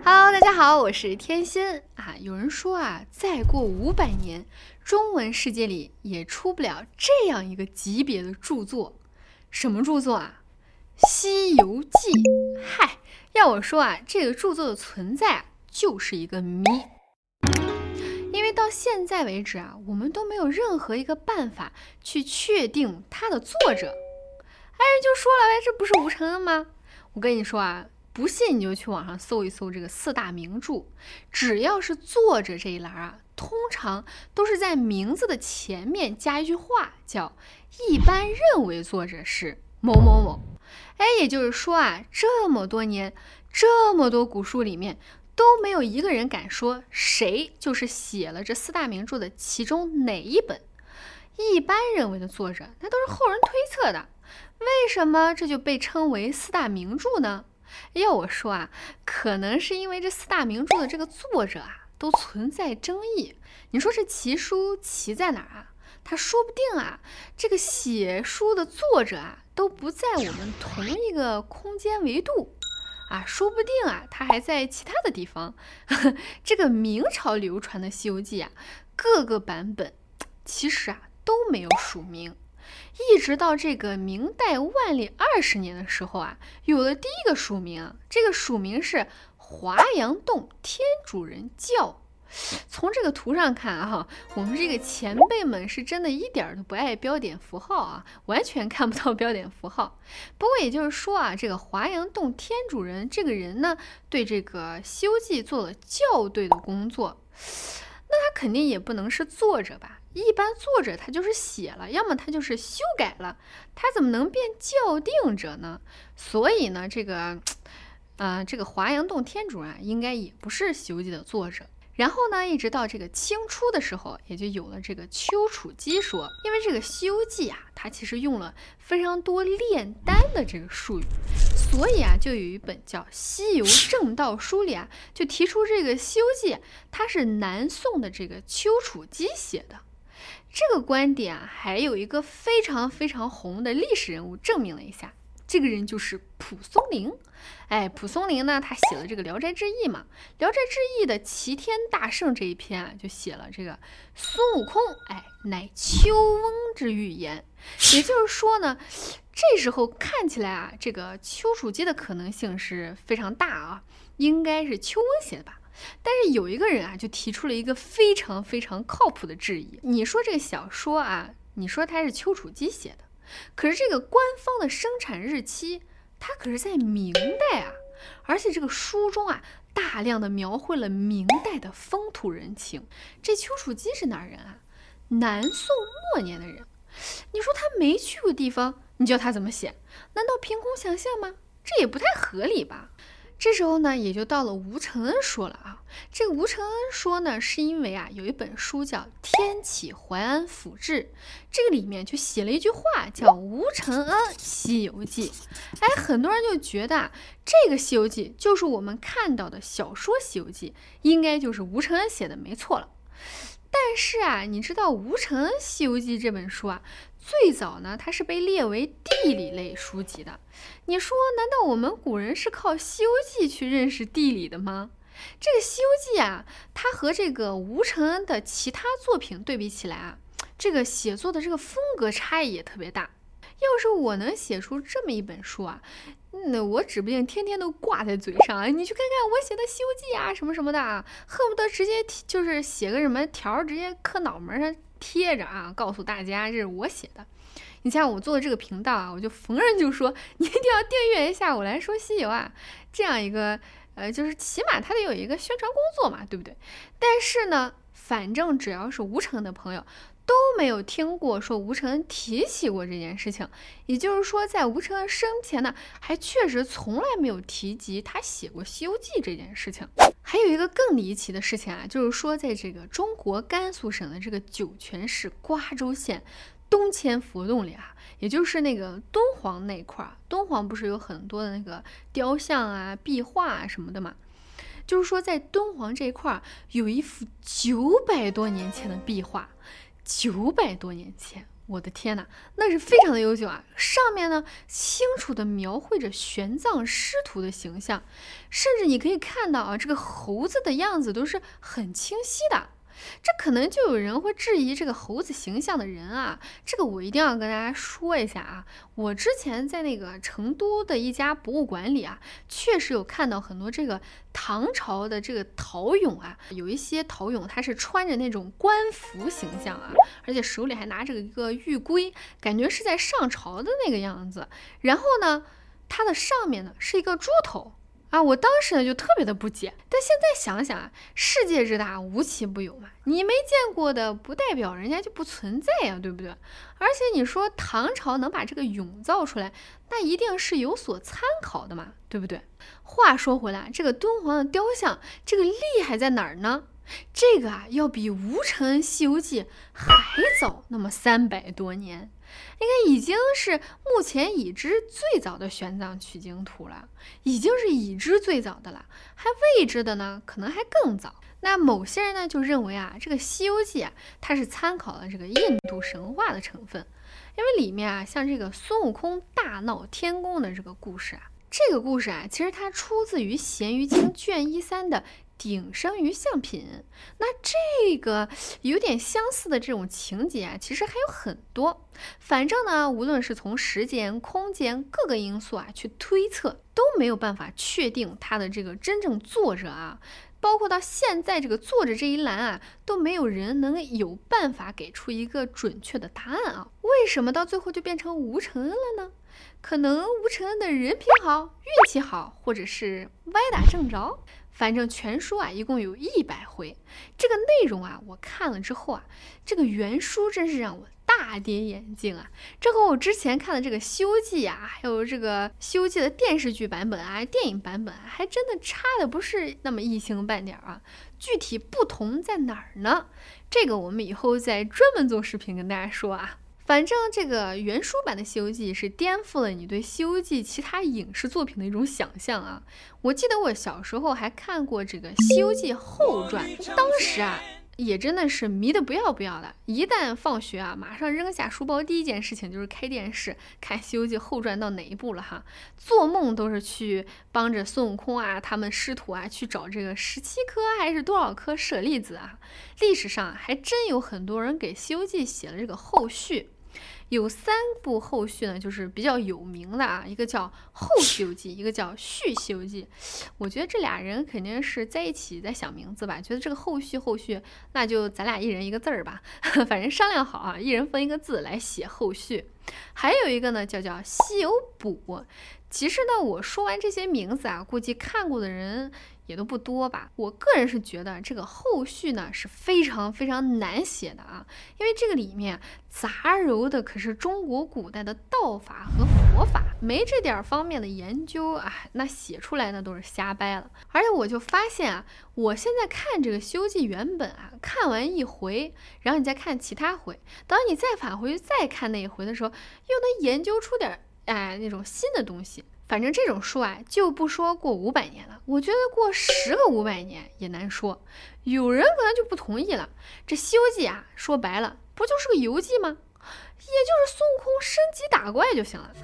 Hello， 大家好，我是天心啊。有人说啊，再过500年，中文世界里也出不了这样一个级别的著作。什么著作啊？《西游记》。嗨，要我说啊，这个著作的存在啊，就是一个谜。因为到现在为止啊，我们都没有任何一个办法去确定它的作者。人就说了呗，这不是吴承恩吗？我跟你说啊，不信你就去网上搜一搜这个4大名著，只要是作者这一栏啊，通常都是在名字的前面加一句话，叫一般认为作者是某某某。也就是说啊，这么多年，这么多古书里面，都没有一个人敢说谁就是写了这4大名著的其中哪一本。一般认为的作者，那都是后人推测的。为什么这就被称为4大名著呢？要我说啊，可能是因为这4大名著的这个作者啊，都存在争议。你说这奇书奇在哪儿啊？他说不定啊，这个写书的作者啊，都不在我们同一个空间维度啊，说不定啊，他还在其他的地方。这个明朝流传的《西游记》啊，各个版本其实啊都没有署名。一直到这个明代万历20年的时候啊，有了第一个署名，这个署名是华阳洞天主人教。从这个图上看啊，我们这个前辈们是真的一点都不爱标点符号啊，完全看不到标点符号。不过也就是说啊，这个华阳洞天主人这个人呢，对这个《西游记》做了校对的工作，那他肯定也不能是作者吧？一般作者他就是写了，要么他就是修改了，他怎么能变校订者呢？所以呢，这个华阳洞天主啊，应该也不是《西游记》的作者。然后呢，一直到这个清初的时候，也就有了这个丘处机说。因为这个《西游记》啊，它其实用了非常多炼丹的这个术语，所以啊，就有一本叫《西游正道书》里啊，就提出这个《西游记》它是南宋的这个丘处机写的。这个观点啊，还有一个非常非常红的历史人物证明了一下。这个人就是蒲松龄。蒲松龄呢，他写了这个《聊斋志异》嘛，《聊斋志异》的齐天大圣这一篇啊，就写了这个孙悟空，乃丘翁之预言。也就是说呢，这时候看起来啊，这个丘处机的可能性是非常大啊，应该是丘翁写的吧。但是有一个人啊，就提出了一个非常非常靠谱的质疑。你说这个小说啊，你说它是丘处机写的，可是这个官方的生产日期，它可是在明代啊，而且这个书中啊，大量的描绘了明代的风土人情。这丘处机是哪儿人啊？南宋末年的人。你说他没去过地方，你叫他怎么写？难道凭空想象吗？这也不太合理吧。这时候呢，也就到了吴承恩说了啊。这个吴承恩说呢，是因为啊，有一本书叫《天启淮安府志》，这个里面就写了一句话，叫吴承恩西游记。很多人就觉得啊，这个西游记就是我们看到的小说西游记，应该就是吴承恩写的，没错了。但是啊，你知道吴承恩西游记这本书啊，最早呢，它是被列为地理类书籍的。你说，难道我们古人是靠《西游记》去认识地理的吗？这个《西游记》啊，它和这个吴承恩的其他作品对比起来啊，这个写作的这个风格差异也特别大。要是我能写出这么一本书啊，那我指不定天天都挂在嘴上。你去看看我写的《西游记》啊，什么什么的啊，恨不得直接就是写个什么条，直接刻脑门上贴着啊，告诉大家这是我写的。你像我做的这个频道啊，我就逢人就说你一定要订阅一下我来说西游啊，这样一个就是起码它得有一个宣传工作嘛，对不对？但是呢，反正只要是吴承恩的朋友都没有听过说吴承恩提起过这件事情，也就是说在吴承恩生前呢，还确实从来没有提及他写过《西游记》这件事情。还有一个更离奇的事情啊，就是说在这个中国甘肃省的这个酒泉市瓜州县东迁佛洞里啊，也就是那个敦煌那块儿，敦煌不是有很多的那个雕像啊、壁画啊什么的嘛？就是说在敦煌这一块有一幅900多年前的壁画，900多年前， 我的天哪，那是非常的悠久啊！上面呢清楚的描绘着玄奘师徒的形象，甚至你可以看到啊，这个猴子的样子都是很清晰的。这可能就有人会质疑这个猴子形象的人啊，这个我一定要跟大家说一下啊。我之前在那个成都的一家博物馆里啊，确实有看到很多这个唐朝的这个陶俑啊，有一些陶俑它是穿着那种官服形象啊，而且手里还拿着一个玉圭，感觉是在上朝的那个样子。然后呢，它的上面呢是一个猪头。我当时呢就特别的不解，但现在想想啊，世界之大无奇不有嘛，你没见过的不代表人家就不存在呀，对不对？而且你说唐朝能把这个俑造出来，那一定是有所参考的嘛，对不对？话说回来，这个敦煌的雕像，这个厉害在哪儿呢？这个啊，要比吴承恩《西游记》还早那么300多年，应该已经是目前已知最早的玄奘取经图了，已经是已知最早的了，还未知的呢，可能还更早。那某些人呢就认为啊，这个《西游记》啊，它是参考了这个印度神话的成分，因为里面啊，像这个孙悟空大闹天宫的这个故事啊，这个故事啊，其实它出自于《咸鱼经》卷13的鼎生鱼相品。那这个有点相似的这种情节啊，其实还有很多。反正呢，无论是从时间、空间各个因素啊去推测，都没有办法确定它的这个真正作者啊。包括到现在这个作者这一栏啊，都没有人能有办法给出一个准确的答案啊。为什么到最后就变成吴承恩了呢？可能吴承恩的人品好、运气好，或者是歪打正着。反正全书啊一共有100回，这个内容啊我看了之后啊，这个原书真是让我大跌眼镜啊！这和我之前看的这个《西游记》啊，还有这个《西游记》的电视剧版本啊、电影版本啊，还真的差的不是那么一星半点啊。具体不同在哪儿呢？这个我们以后再专门做视频跟大家说啊。反正这个原书版的《西游记》是颠覆了你对《西游记》其他影视作品的一种想象啊！我记得我小时候还看过这个《西游记后传》，当时啊也真的是迷得不要不要的。一旦放学啊，马上扔下书包，第一件事情就是开电视看《西游记后传》到哪一部了哈。做梦都是去帮着孙悟空啊他们师徒啊去找这个17颗还是多少颗舍利子啊。历史上还真有很多人给《西游记》写了这个后续。有3部后续呢，就是比较有名的啊，一个叫《后西游记》，一个叫《续西游记》。我觉得这俩人肯定是在一起在想名字吧，觉得这个后续，那就咱俩一人一个字儿吧，反正商量好啊，一人分一个字来写后续。还有一个呢，叫《西游补》。其实呢，我说完这些名字啊，估计看过的人也都不多吧。我个人是觉得这个后续呢是非常非常难写的啊，因为这个里面杂糅的可是中国古代的道法和佛法，没这点方面的研究啊，那写出来呢都是瞎掰了。而且我就发现啊，我现在看这个《西游记》原本啊，看完一回，然后你再看其他回，等你再返回去再看那一回的时候，又能研究出点那种新的东西。反正这种书啊，就不说过500年了，我觉得过10个500年也难说。有人可能就不同意了，这《西游记》啊，说白了不就是个游记吗？也就是孙悟空升级打怪就行了。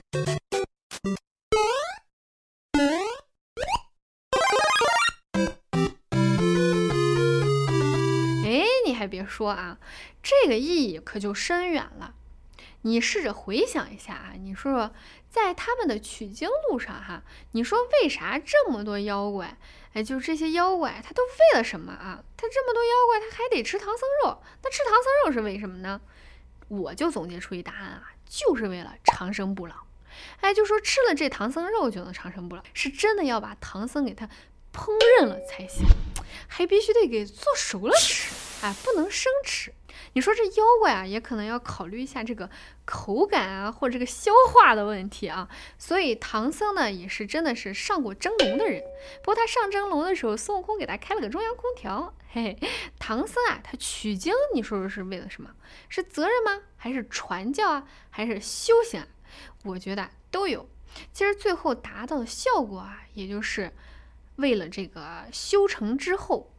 你还别说啊，这个意义可就深远了。你试着回想一下啊，你说说，在他们的取经路上哈，你说为啥这么多妖怪？就是这些妖怪，他都为了什么啊？他这么多妖怪，他还得吃唐僧肉，那吃唐僧肉是为什么呢？我就总结出一答案啊，就是为了长生不老。就说吃了这唐僧肉就能长生不老，是真的要把唐僧给他烹饪了才行，还必须得给做熟了吃，不能生吃。你说这妖怪啊，也可能要考虑一下这个口感啊，或者这个消化的问题啊。所以唐僧呢，也是真的是上过蒸笼的人。不过他上蒸笼的时候，孙悟空给他开了个中央空调。嘿嘿，唐僧啊，他取经，你说说是为了什么？是责任吗？还是传教啊？还是修行啊？我觉得都有。其实最后达到的效果啊，也就是为了这个修成之后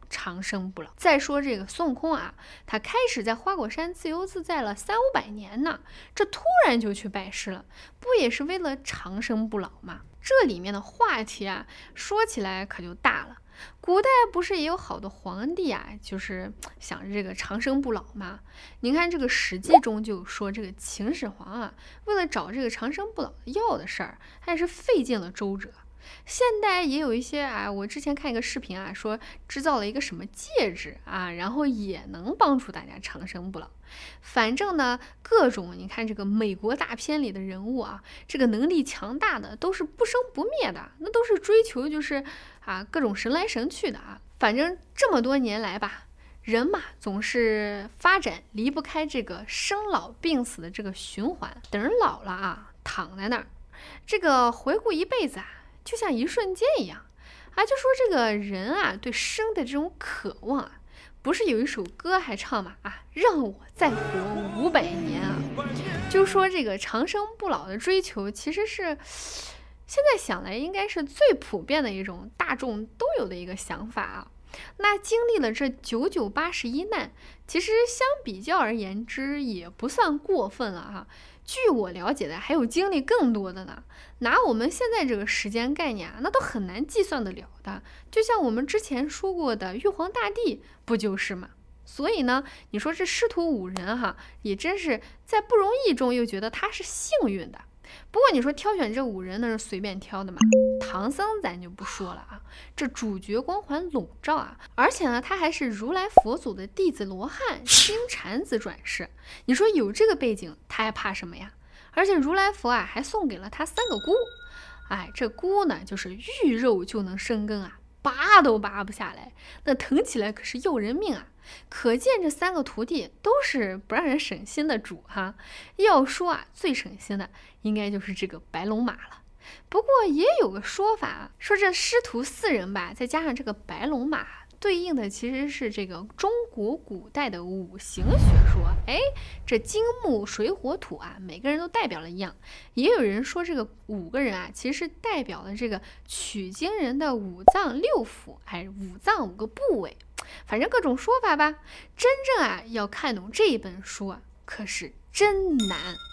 长生不老。再说这个孙悟空啊，他开始在花果山自由自在了300-500年呢，这突然就去拜师了，不也是为了长生不老吗？这里面的话题啊，说起来可就大了。古代不是也有好多皇帝啊，就是想着这个长生不老吗？您看这个《史记》中就说，这个秦始皇啊，为了找这个长生不老的药的事儿，他也是费尽了周折。现代也有一些啊，我之前看一个视频啊，说制造了一个什么戒指啊，然后也能帮助大家长生不老。反正呢，各种你看这个美国大片里的人物啊，这个能力强大的都是不生不灭的，那都是追求就是啊各种神来神去的啊。反正这么多年来吧，人嘛总是发展离不开这个生老病死的这个循环，等人老了啊，躺在那儿，这个回顾一辈子啊，就像一瞬间一样啊。就说这个人啊，对生的这种渴望啊，不是有一首歌还唱嘛啊，让我再活500年啊。就说这个长生不老的追求，其实是现在想来应该是最普遍的一种大众都有的一个想法啊。那经历了这9981难，其实相比较而言之也不算过分了哈。据我了解的，还有经历更多的呢。拿我们现在这个时间概念啊，那都很难计算得了的。就像我们之前说过的玉皇大帝，不就是吗？所以呢，你说这师徒5人哈，也真是在不容易中又觉得他是幸运的。不过你说挑选这5人那是随便挑的嘛？唐僧咱就不说了啊，这主角光环笼罩啊，而且呢，他还是如来佛祖的弟子罗汉金蝉子转世。你说有这个背景，他还怕什么呀？而且如来佛啊，还送给了他3个姑。哎，这姑呢，就是遇肉就能生根啊，拔都拔不下来，那疼起来可是要人命啊。可见这3个徒弟都是不让人省心的主哈。要说啊，最省心的应该就是这个白龙马了。不过也有个说法啊，说这师徒4人吧，再加上这个白龙马，对应的其实是这个中国古代的5行学说。哎，这金木水火土啊，每个人都代表了一样。也有人说这个5个人啊，其实是代表了这个取经人的5脏6腑，哎，5脏5个部位。反正各种说法吧，真正啊要看懂这本书啊，可是真难。